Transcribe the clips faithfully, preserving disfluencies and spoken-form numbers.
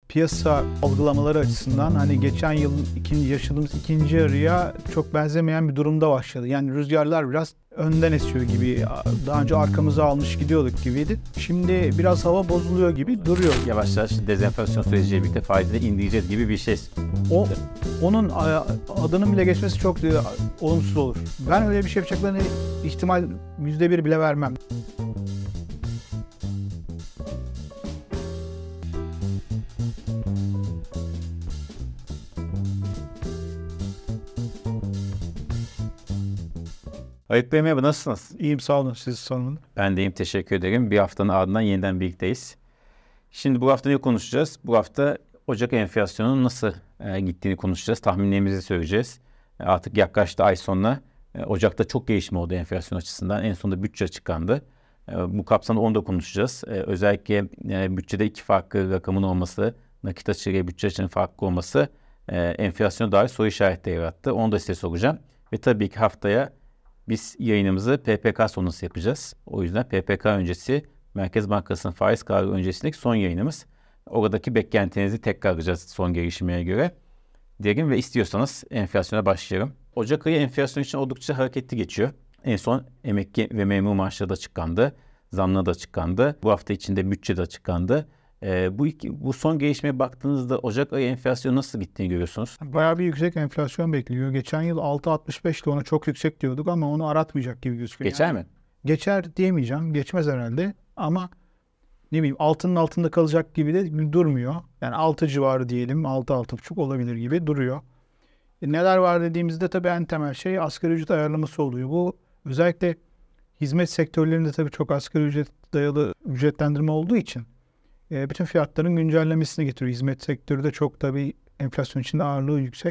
piyasa algılamaları açısından hani geçen yıl ikinci, yaşadığımız ikinci yarıya çok benzemeyen bir durumda başladı. Yani rüzgarlar biraz önden esiyor gibi, daha önce arkamıza almış gidiyorduk gibiydi. Şimdi biraz hava bozuluyor gibi duruyor. Yavaş yavaş dezenflasyon süreciyle birlikte faizleri indireceğiz gibi bir şey. O, onun adının bile geçmesi çok olumsuz olur. Ben öyle bir şey yapacaklarını ihtimal yüzde bir bile vermem. Halit Bey merhaba, nasılsınız? İyiyim, sağ olun, siz sorun. Ben de iyiyim, teşekkür ederim. Bir haftanın ardından yeniden birlikteyiz. Şimdi bu hafta ne konuşacağız? Bu hafta Ocak enflasyonunun nasıl e, gittiğini konuşacağız. Tahminlerimizi söyleyeceğiz. E, artık yaklaştı ay sonuna. E, Ocak'ta çok gelişme oldu enflasyon açısından. En sonunda bütçe açıklandı. E, bu kapsamda onu da konuşacağız. E, özellikle e, bütçede iki farklı rakamın olması, nakit açığıyla bütçe açığının farklı olması e, enflasyona dair soru işaretleri yarattı. Onu da size soracağım. Ve tabii ki haftaya biz yayınımızı P P K sonrası yapacağız. O yüzden P P K öncesi, Merkez Bankası'nın faiz kararı öncesindeki son yayınımız. Oradaki beklentinizi tekrar alacağız son gelişmeye göre. Derim ve istiyorsanız enflasyona başlayalım. Ocak ayı enflasyon için oldukça hareketli geçiyor. En son emekli ve memur maaşları da açıklandı. Zamlar da açıklandı. Bu hafta içinde bütçe de açıklandı. Ee, bu, iki, bu son gelişmeye baktığınızda Ocak ayı enflasyon nasıl gittiğini görüyorsunuz? Bayağı bir yüksek enflasyon bekliyor. Geçen yıl altı altmış beşti, ona çok yüksek diyorduk ama onu aratmayacak gibi gözüküyor. Geçer yani. mi? Geçer diyemeyeceğim. Geçmez herhalde ama ne bileyim altının altında kalacak gibi de durmuyor. Yani altı civarı diyelim, altı altı buçuk olabilir gibi duruyor. E neler var dediğimizde tabii en temel şey asgari ücret ayarlaması oluyor. Bu özellikle hizmet sektörlerinde tabii çok asgari ücret dayalı ücretlendirme olduğu için e, bütün fiyatların güncellemesini getiriyor. Hizmet sektörü de çok tabii enflasyon içinde ağırlığı yüksek.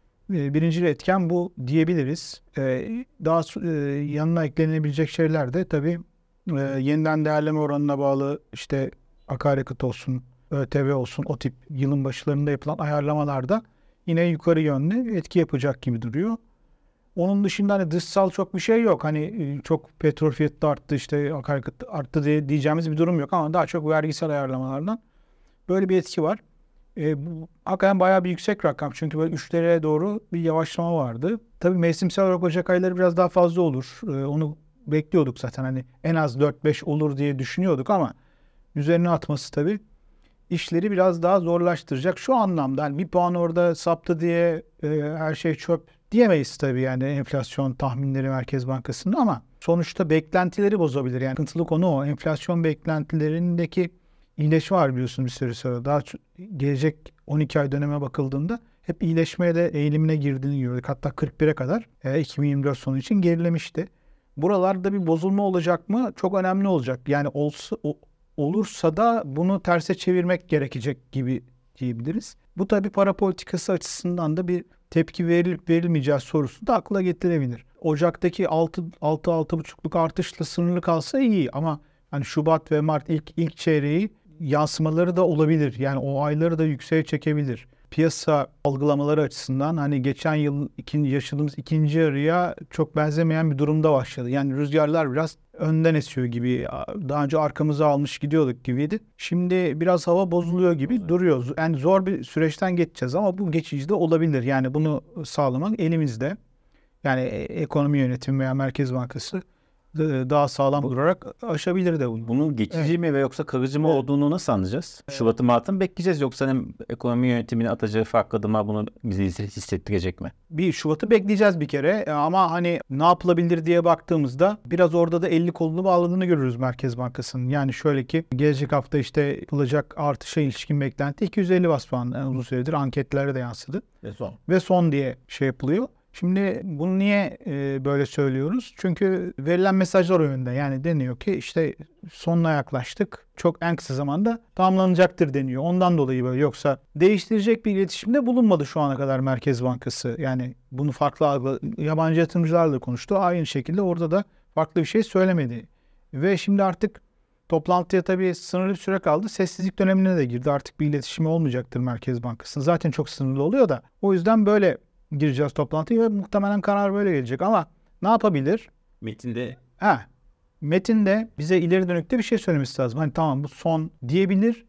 E, birinci etken bu diyebiliriz. E, daha e, yanına eklenebilecek şeyler de tabii e, yeniden değerleme oranına bağlı işte akaryakıt olsun, ÖTV olsun, o tip yılın başlarında yapılan ayarlamalarda yine yukarı yönlü etki yapacak gibi duruyor. Onun dışında hani dışsal çok bir şey yok. Hani çok petrol fiyatı arttı, işte akaryakıt arttı diye diyeceğimiz bir durum yok ama daha çok vergisel ayarlamalardan böyle bir etki var. E, bu hakikaten bayağı bir yüksek rakam. Çünkü böyle üçlere doğru bir yavaşlama vardı. Tabii mevsimsel olarak Ocak ayları biraz daha fazla olur. E, onu bekliyorduk zaten. Hani en az dört beş olur diye düşünüyorduk ama üzerine atması tabii işleri biraz daha zorlaştıracak. Şu anlamda hani bir puan orada saptı diye e, her şey çöp diyemeyiz tabii, yani enflasyon tahminleri Merkez Bankası'nın, ama sonuçta beklentileri bozabilir. Yani sıkıntılı konu o. Enflasyon beklentilerindeki iyileşme var biliyorsun bir süre sonra. Daha gelecek on iki ay döneme bakıldığında hep iyileşmeye de eğilimine girdiğini gördük. Hatta kırk bire kadar e, iki bin yirmi dört sonu için gerilemişti. Buralarda bir bozulma olacak mı? Çok önemli olacak. Yani olsa, o, olursa da bunu terse çevirmek gerekecek gibi diyebiliriz. Bu tabii para politikası açısından da bir tepki verilip verilmeyeceği sorusu da akla getirebilir. Ocak'taki altı altı buçukluk artışla sınırlı kalsa iyi ama hani Şubat ve Mart ilk ilk çeyreği yansımaları da olabilir. Yani o ayları da yükseğe çekebilir. Piyasa algılamaları açısından hani geçen yıl ikinci, yaşadığımız ikinci yarıya çok benzemeyen bir durumda başladı. Yani rüzgarlar biraz önden esiyor gibi, daha önce arkamıza almış gidiyorduk gibiydi. Şimdi biraz hava bozuluyor gibi duruyor. Yani zor bir süreçten geçeceğiz ama bu geçici de olabilir. Yani bunu sağlamak elimizde. Yani ekonomi yönetimi veya Merkez Bankası daha sağlam durarak aşabilir de bunu. Bunun geçici Evet. mi ve yoksa kalıcı mı Evet. olduğunu nasıl anlayacağız? Evet. Şubat'ı Mart'ı mı bekleyeceğiz yoksa hem ekonomi yönetimini atacağı farklı adımlar bunu bize hissettirecek mi? Bir Şubat'ı bekleyeceğiz bir kere ama hani ne yapılabilir diye baktığımızda biraz orada da elli kolunu bağladığını görürüz Merkez Bankası'nın. Yani şöyle ki gelecek hafta işte yapılacak artışa ilişkin beklenti iki yüz elli bas puan, yani uzun süredir anketlere de yansıdı. Ve son. Ve son diye şey yapılıyor. Şimdi bunu niye e, böyle söylüyoruz? Çünkü verilen mesajlar o yönde. Yani deniyor ki işte sonuna yaklaştık. Çok en kısa zamanda tamamlanacaktır deniyor. Ondan dolayı böyle. Yoksa değiştirecek bir iletişimde bulunmadı şu ana kadar Merkez Bankası. Yani bunu farklı algı, yabancı yatırımcılarla konuştu. Aynı şekilde orada da farklı bir şey söylemedi. Ve şimdi artık toplantıya tabii sınırlı bir süre kaldı. Sessizlik dönemine de girdi. Artık bir iletişimi olmayacaktır Merkez Bankası'nın. Zaten çok sınırlı oluyor da. O yüzden böyle gireceğiz toplantıya ve muhtemelen karar böyle gelecek ama ne yapabilir? Metinde Ha, metinde bize ileri dönükte bir şey söylemesi lazım. Hani tamam bu son diyebilir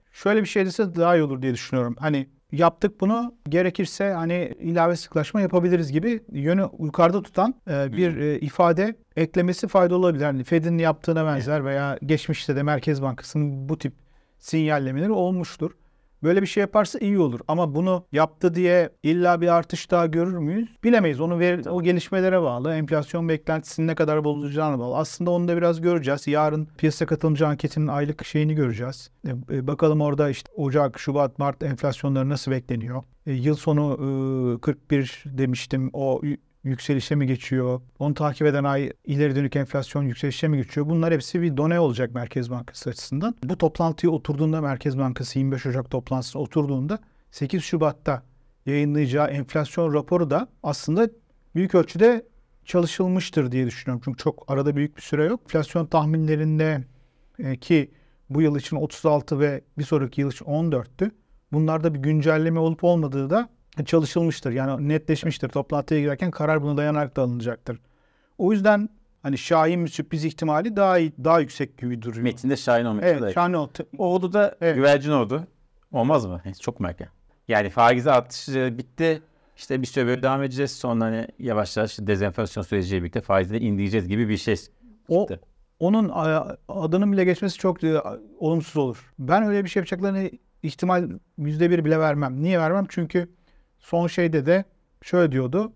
şöyle bir şey dese daha iyi olur diye düşünüyorum. Hani yaptık bunu, gerekirse hani ilave sıklaşma yapabiliriz gibi yönü yukarıda tutan e, bir e, ifade eklemesi faydalı olabilir. Yani Fed'in yaptığına benzer veya geçmişte de Merkez Bankası'nın bu tip sinyallemeleri olmuştur. Böyle bir şey yaparsa iyi olur. Ama bunu yaptı diye illa bir artış daha görür müyüz? Bilemeyiz. Onu ver, o gelişmelere bağlı. Enflasyon beklentisinin ne kadar bozulacağına bağlı. Aslında onu da biraz göreceğiz. Yarın piyasa katılımcı anketinin aylık şeyini göreceğiz. E, e, bakalım orada işte Ocak, Şubat, Mart enflasyonları nasıl bekleniyor? E, yıl sonu e, kırk bir demiştim. O yükselişe mi geçiyor? Onu takip eden ay ileri dönük enflasyon yükselişe mi geçiyor? Bunlar hepsi bir done olacak Merkez Bankası açısından. Bu toplantıya oturduğunda Merkez Bankası yirmi beş Ocak toplantısına oturduğunda sekiz Şubat'ta yayınlayacağı enflasyon raporu da aslında büyük ölçüde çalışılmıştır diye düşünüyorum. Çünkü çok arada büyük bir süre yok. Enflasyon tahminlerinde e, ki bu yıl için otuz altı ve bir sonraki yıl için on dörttü. Bunlarda bir güncelleme olup olmadığı da çalışılmıştır. Yani netleşmiştir. Toplantıya girerken karar buna dayanarak da alınacaktır. O yüzden hani şahin bir sürpriz ihtimali daha iyi, daha yüksek gibi duruyor. Metinde şahin olmak. Evet, şahin oldu. Oldu da evet. Güvercin oldu. Olmaz mı? Çok mu erken? Yani faize artış bitti. İşte bir süre böyle devam edeceğiz. Sonra hani yavaş yavaş dezenflasyon süreciyle birlikte faizleri indireceğiz gibi bir şey çıktı. O, onun adının bile geçmesi çok e, olumsuz olur. Ben öyle bir şey yapacaklarını ihtimal yüzde bir bile vermem. Niye vermem? Çünkü son şeyde de şöyle diyordu.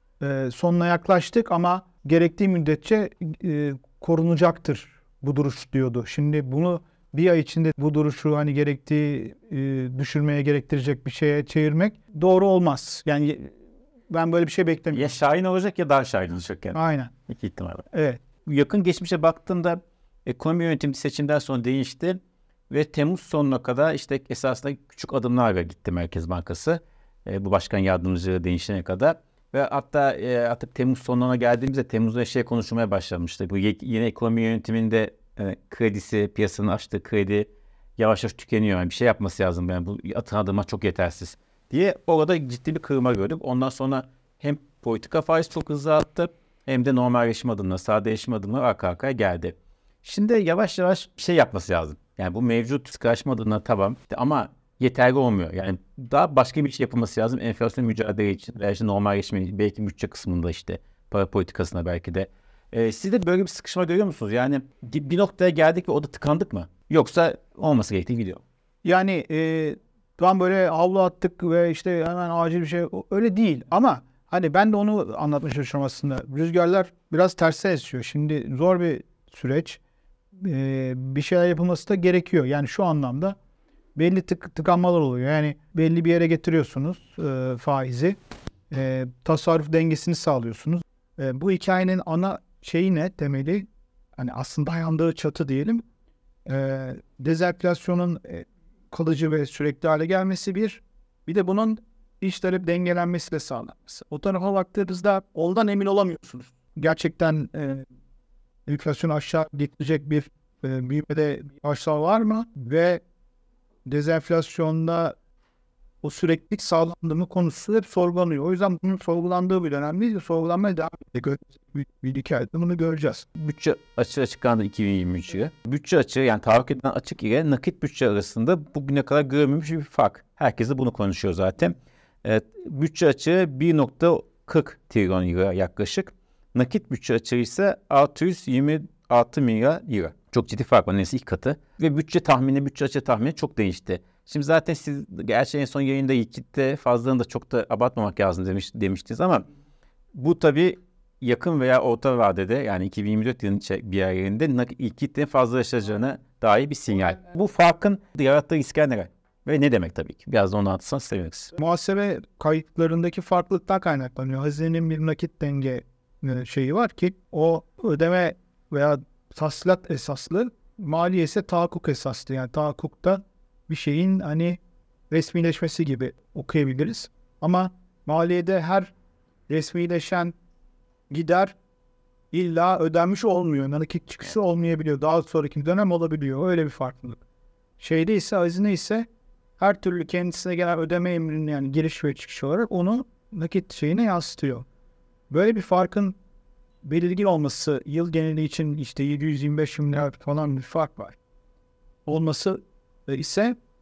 E, sonuna yaklaştık ama gerektiği müddetçe e, korunacaktır bu duruş diyordu. Şimdi bunu bir ay içinde bu duruşu hani gerektiği e, düşürmeye gerektirecek bir şeye çevirmek doğru olmaz. Yani ben böyle bir şey beklemiyorum. Ya şahin olacak ya daha şahin olacak yani. Aynen. İki ihtimal var. Evet. Yakın geçmişe baktığımda ekonomi yönetimi seçimden sonra değişti ve Temmuz sonuna kadar işte esasında küçük adımlarla gitti Merkez Bankası. E, bu başkan yardımcılığı değişene kadar. Ve hatta e, artık Temmuz sonuna geldiğimizde Temmuz'da şey konuşulmaya başlamıştı. Bu ye- yeni ekonomi yönetiminde e, kredisi, piyasanın açtığı kredi yavaş yavaş tükeniyor. Yani bir şey yapması lazım. Yani bu atın adıma çok yetersiz diye orada ciddi bir kırılma gördük. Ondan sonra hem politika faiz çok hızlı arttı hem de normalleşme adımları, sadeleşme adımları arka arkaya geldi. Şimdi yavaş yavaş bir şey yapması lazım. Yani bu mevcut sıkılaşma adımları tamam ama yeterli olmuyor. Yani daha başka bir şey yapılması lazım. Enflasyon mücadele için veya işte normalleşme, belki bütçe kısmında işte para politikasına belki de. Ee, siz de böyle bir sıkışma görüyor musunuz? Yani bir noktaya geldik ve orada tıkandık mı? Yoksa olması gerektiği gidiyor. Yani e, tam böyle havlu attık ve işte hemen acil bir şey öyle değil. Ama hani ben de onu anlatmaya çalışıyorum aslında. Rüzgarlar biraz terse esiyor. Şimdi zor bir süreç. E, bir şeyler yapılması da gerekiyor. Yani şu anlamda belli tık, tıkanmalar oluyor. Yani belli bir yere getiriyorsunuz e, faizi. E, tasarruf dengesini sağlıyorsunuz. E, bu hikayenin ana şeyi ne temeli? Hani aslında dayandığı çatı diyelim. E, dezenflasyonun e, kalıcı ve sürekli hale gelmesi bir. Bir de bunun iş talep dengelenmesiyle sağlanması. O tarafa baktığınızda ondan emin olamıyorsunuz. Gerçekten e, enflasyonu aşağı getirecek bir e, büyümede aşağı var mı? Ve dezenflasyonda o süreklilik sağlandı mı konusu hep sorgulanıyor. O yüzden bunun sorgulandığı bir dönem değil, sorgulanmaya devam edecek. Bir, bir iki ayda bunu göreceğiz. Bütçe açığı açıklandı iki bin yirmi üç yılı. Bütçe açığı yani tahakkuk edilen açık ile nakit bütçe arasında bugüne kadar görülmemiş bir fark. Herkes de bunu konuşuyor zaten. Evet, bütçe açığı bir virgül kırk trilyon lira yaklaşık. Nakit bütçe açığı ise altı yüz yirmi altı milyar lira. Çok ciddi fark var. Neyse ilk katı. Ve bütçe tahmini, bütçe açığı tahmini çok değişti. Şimdi zaten siz gerçi en son yayında ilkitte fazlalığını da çok da abartmamak lazım demiş, demiştiniz ama bu tabii yakın veya orta vadede yani iki bin yirmi dört yılının bir ayında ilkitlerin fazlalaşacağına dair bir sinyal. Bu farkın yarattığı riskler neler? Ve ne demek tabii ki? Biraz da onu anlatırsanız seviniriz. Muhasebe kayıtlarındaki farklılıktan kaynaklanıyor. Hazinenin bir nakit denge şeyi var ki o ödeme veya tahsilat esaslı, maliye ise tahakkuk esaslı. Yani tahakkukta bir şeyin hani resmileşmesi gibi okuyabiliriz. Ama maliyede her resmileşen gider illa ödenmiş olmuyor. Nakit çıkışı olmayabiliyor. Daha sonraki dönem olabiliyor. Öyle bir farklılık. Şeyde ise hazine ise her türlü kendisine gelen ödeme emrinin yani giriş ve çıkış olarak onu nakit şeyine yansıtıyor. Böyle bir farkın belirgin olması yıl geneli için işte yedi yüz yirmi beş milyar falan bir fark var. Olması ise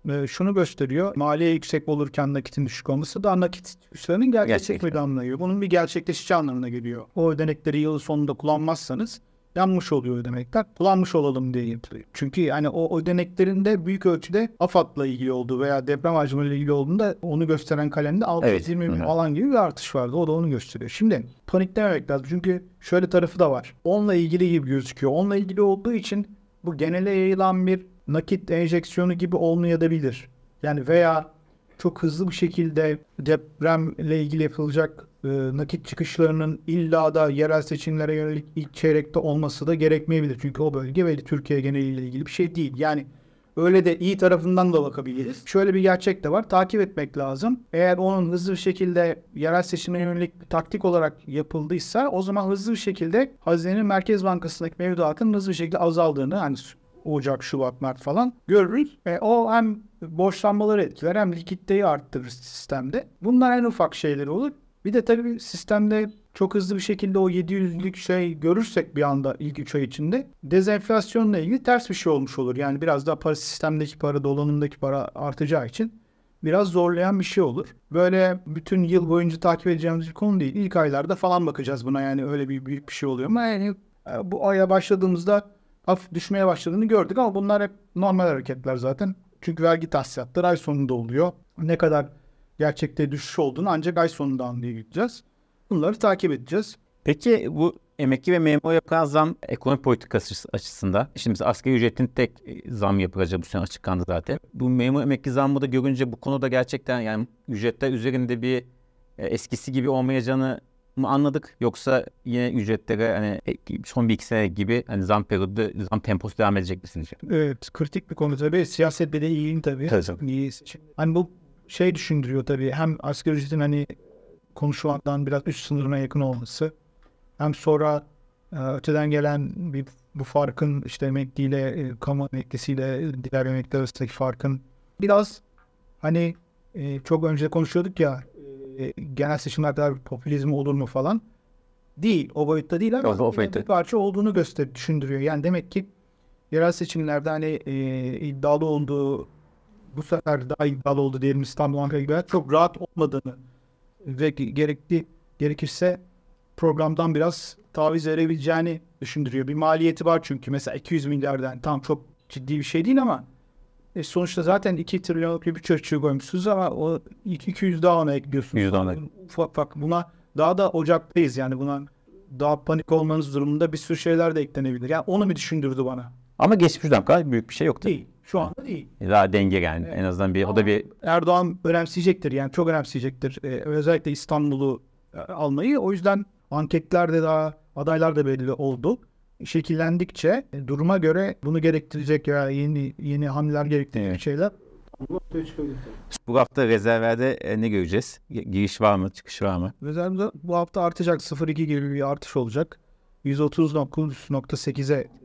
e, şunu gösteriyor. Maliye yüksek olurken nakitin düşük olması da nakit çıkışlarının gerçekleşmediği anlamına. Bunun bir gerçekleşici anlamına geliyor. O ödenekleri yıl sonunda kullanmazsanız yanmış oluyor ödenekler. Kullanmış olalım diye yapılıyor. Çünkü yani o ödeneklerin de büyük ölçüde AFAD'la ilgili olduğu veya deprem harcamalarıyla ilgili olduğunda onu gösteren kalemde altı yüz yirmi Evet. bin falan gibi bir artış vardı. O da onu gösteriyor. Şimdi paniklememek lazım. Çünkü şöyle tarafı da var. Onunla ilgili gibi gözüküyor. Onunla ilgili olduğu için bu genele yayılan bir nakit enjeksiyonu gibi olmayabilir. Yani veya çok hızlı bir şekilde depremle ilgili yapılacak e, nakit çıkışlarının illa da yerel seçimlere yönelik ilk çeyrekte olması da gerekmeyebilir. Çünkü o bölge ve Türkiye geneliyle ilgili bir şey değil. Yani öyle de iyi tarafından da bakabiliriz. Şöyle bir gerçek de var. Takip etmek lazım. Eğer onun hızlı bir şekilde yerel seçime yönelik bir taktik olarak yapıldıysa o zaman hızlı bir şekilde Hazine'nin Merkez Bankası'ndaki mevduatın hızlı bir şekilde azaldığını, hani Ocak, Şubat, Mart falan görürüz. E, o hem borçlanmaları etkiler hem likiditeyi arttırır sistemde. Bunlar en ufak şeyler olur. Bir de tabii sistemde çok hızlı bir şekilde o yedi yüzlük şey görürsek bir anda ilk üç ay içinde dezenflasyonla ilgili ters bir şey olmuş olur. Yani biraz daha para sistemdeki para, dolanımdaki para artacağı için biraz zorlayan bir şey olur. Böyle bütün yıl boyunca takip edeceğimiz bir konu değil. İlk aylarda falan bakacağız buna, yani öyle bir büyük bir şey oluyor ama yani bu aya başladığımızda hafif düşmeye başladığını gördük ama bunlar hep normal hareketler zaten. Çünkü vergi tahsilatları ay sonunda oluyor. Ne kadar gerçekte düşüş olduğunu ancak ay sonunda anlayabileceğiz. Bunları takip edeceğiz. Peki bu emekli ve memura yapılan zam ekonomi politikası açısından, şimdi mesela asgari ücretin tek zam yapılacağı bu sene açıklandı zaten. Bu memur emekli zammı da görünce bu konuda gerçekten yani ücretler üzerinde bir e, eskisi gibi olmayacağını mı anladık, yoksa yine ücretlere hani son bir iki sene gibi hani zam periyodu, zam temposu devam edecek mi sizce? Evet, kritik bir konu tabii. Siyaset de iyi tabii. Tabii. İyi. Hani bu şey düşündürüyor tabii. Hem asgari ücretin hani konuşulandan biraz üst sınırına yakın olması, hem sonra e, öteden gelen bir bu farkın işte emekliyle, e, kamu emeklisiyle diğer emekliler arasındaki farkın biraz hani e, çok önce konuşuyorduk ya, e, genel seçimlerde bir popülizm olur mu falan. Değil. O boyutta değil ama O, o boyutta. bir parça olduğunu göster düşündürüyor. Yani demek ki yerel seçimlerde hani e, iddialı olduğu, bu sefer daha iddialı oldu diyelim İstanbul, Ankara gibi çok rahat olmadığını ve gerekli gerekirse programdan biraz taviz verebileceğini düşündürüyor. Bir maliyeti var çünkü mesela iki yüz milyardan tam çok ciddi bir şey değil ama e, sonuçta zaten iki trilyonluk bir bütçe koymuşsunuz ama o iki yüz daha ona ekliyorsunuz. yüz daha ona. Ufak ufak buna daha da Ocak'tayız, yani buna daha panik olmanız durumunda bir sürü şeyler de eklenebilir. Yani onu bir düşündürdü bana. Ama geçmişten kadar büyük bir şey yoktu. Değil. Şu anda değil. Daha denge yani. Evet. En azından bir o Ama da bir Erdoğan önemseyecektir, yani çok önemseyecektir. Ee, özellikle İstanbul'u e, almayı. O yüzden anketlerde daha adaylar da belli oldu. Şekillendikçe e, duruma göre bunu gerektirecek ya yeni yeni hamleler gerektirecek Evet. şeyler ortaya çıkabilir. bu hafta rezervlerde e, ne göreceğiz? Giriş var mı? Çıkış var mı? Rezervde bu hafta artacak. sıfır virgül iki gibi bir artış olacak. yüz otuz nokta sekize e,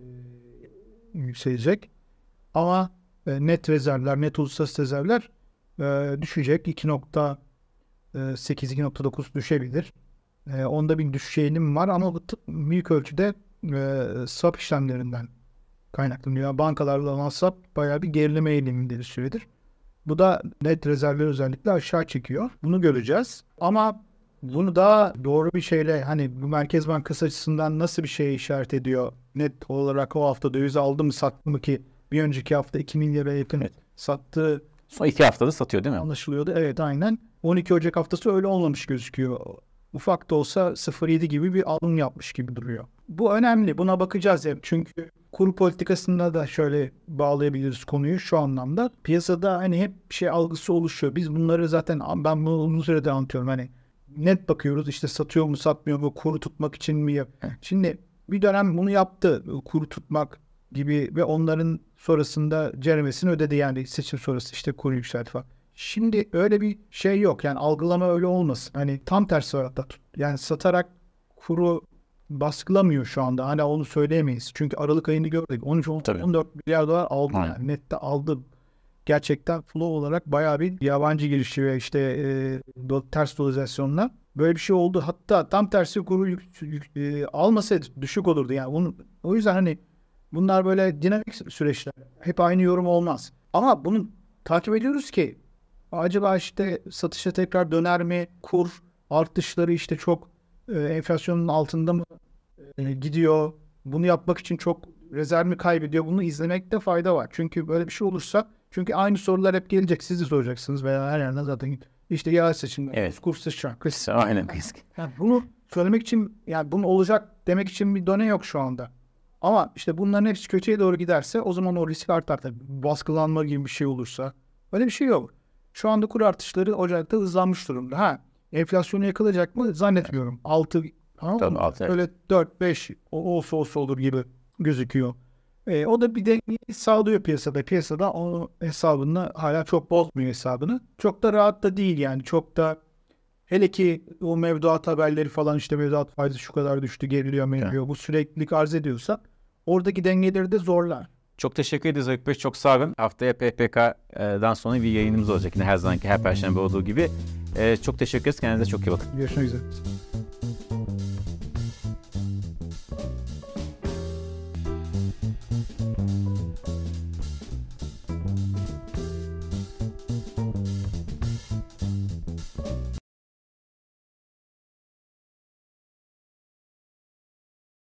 yükselecek. Ama e, net rezervler, net uluslararası rezervler e, düşecek. iki nokta sekiz iki nokta dokuz düşebilir. E, onda bir düşüş eğilim var ama bu büyük ölçüde e, swap işlemlerinden kaynaklanıyor. Bankalarla olan swap bayağı bir gerileme eğiliminde bir süredir. Bu da net rezervleri özellikle aşağı çekiyor. Bunu göreceğiz. Ama bunu daha doğru bir şeyle, hani bu Merkez Bankası açısından nasıl bir şeye işaret ediyor? Net olarak o hafta döviz aldı mı sattı mı, ki bir önceki hafta iki milyara yakın Evet. sattığı Son iki haftada satıyor değil mi? anlaşılıyordu. Evet, aynen. on iki Ocak haftası öyle olmamış gözüküyor. Ufak da olsa sıfır virgül yedi gibi bir alım yapmış gibi duruyor. Bu önemli. Buna bakacağız hep. Çünkü kur politikasında da şöyle bağlayabiliriz konuyu şu anlamda. Piyasada hani hep bir şey algısı oluşuyor. Biz bunları zaten, ben bunu uzun süredir anlatıyorum. Hani net bakıyoruz, işte satıyor mu satmıyor mu, kuru tutmak için mi yap. Şimdi bir dönem bunu yaptı, kuru tutmak gibi, ve onların sonrasında ceremesini ödedi, yani seçim sonrası işte kuru yükselti falan. Şimdi öyle bir şey yok, yani algılama öyle olmasın. Hani tam tersi var hatta. Yani satarak kuru baskılamıyor şu anda. Hani onu söyleyemeyiz. Çünkü Aralık ayını gördük. on üç on dört milyar dolar aldı. Aynen. Yani nette aldı. Gerçekten flow olarak bayağı bir yabancı girişi ve işte e, do, ters dolaryzasyonla böyle bir şey oldu. Hatta tam tersi kuru yük, yük, e, almasaydı düşük olurdu. Yani onun, o yüzden hani bunlar böyle dinamik süreçler. Hep aynı yorum olmaz. Ama bunun takip ediyoruz ki acaba işte satışa tekrar döner mi? Kur artışları işte çok e, enflasyonun altında mı e, gidiyor? Bunu yapmak için çok rezerv mi kaybediyor? Bunu izlemekte fayda var. Çünkü böyle bir şey olursa, çünkü aynı sorular hep gelecek. Siz de soracaksınız veya her yerden zaten işte yerel seçimler, Evet. kur sıçrar, kriz. Aynen. Yani bunu söylemek için, yani bunun olacak demek için bir done yok şu anda. Ama işte bunların hepsi kötüye doğru giderse o zaman o risk artar tabii. Baskılanma gibi bir şey olursa. Öyle bir şey yok. Şu anda kur artışları Ocak'ta hızlanmış durumda. Ha, enflasyonu yakalayacak mı? Zannetmiyorum. altı, tamam Tabii, mı? altı, evet. Öyle dört beş o olsa olsa olur gibi gözüküyor. E, o da bir dengeyi sağlıyor piyasada. Piyasada o hesabını hala çok bozmuyor hesabını. Çok da rahat da değil yani. Çok da, hele ki o mevduat haberleri falan, işte mevduat faizi şu kadar düştü, geriliyor, mevduyor. Bu süreklilik arz ediyorsa oradaki dengeleri de zorlar. Çok teşekkür ederiz Haluk Bey. Çok sağ olun. Haftaya P P K'dan sonra bir yayınımız olacak. Yine her zamanki her perşembe olduğu gibi. Ee, çok teşekkür ederiz. Kendinize çok iyi bakın. Görüşmek üzere.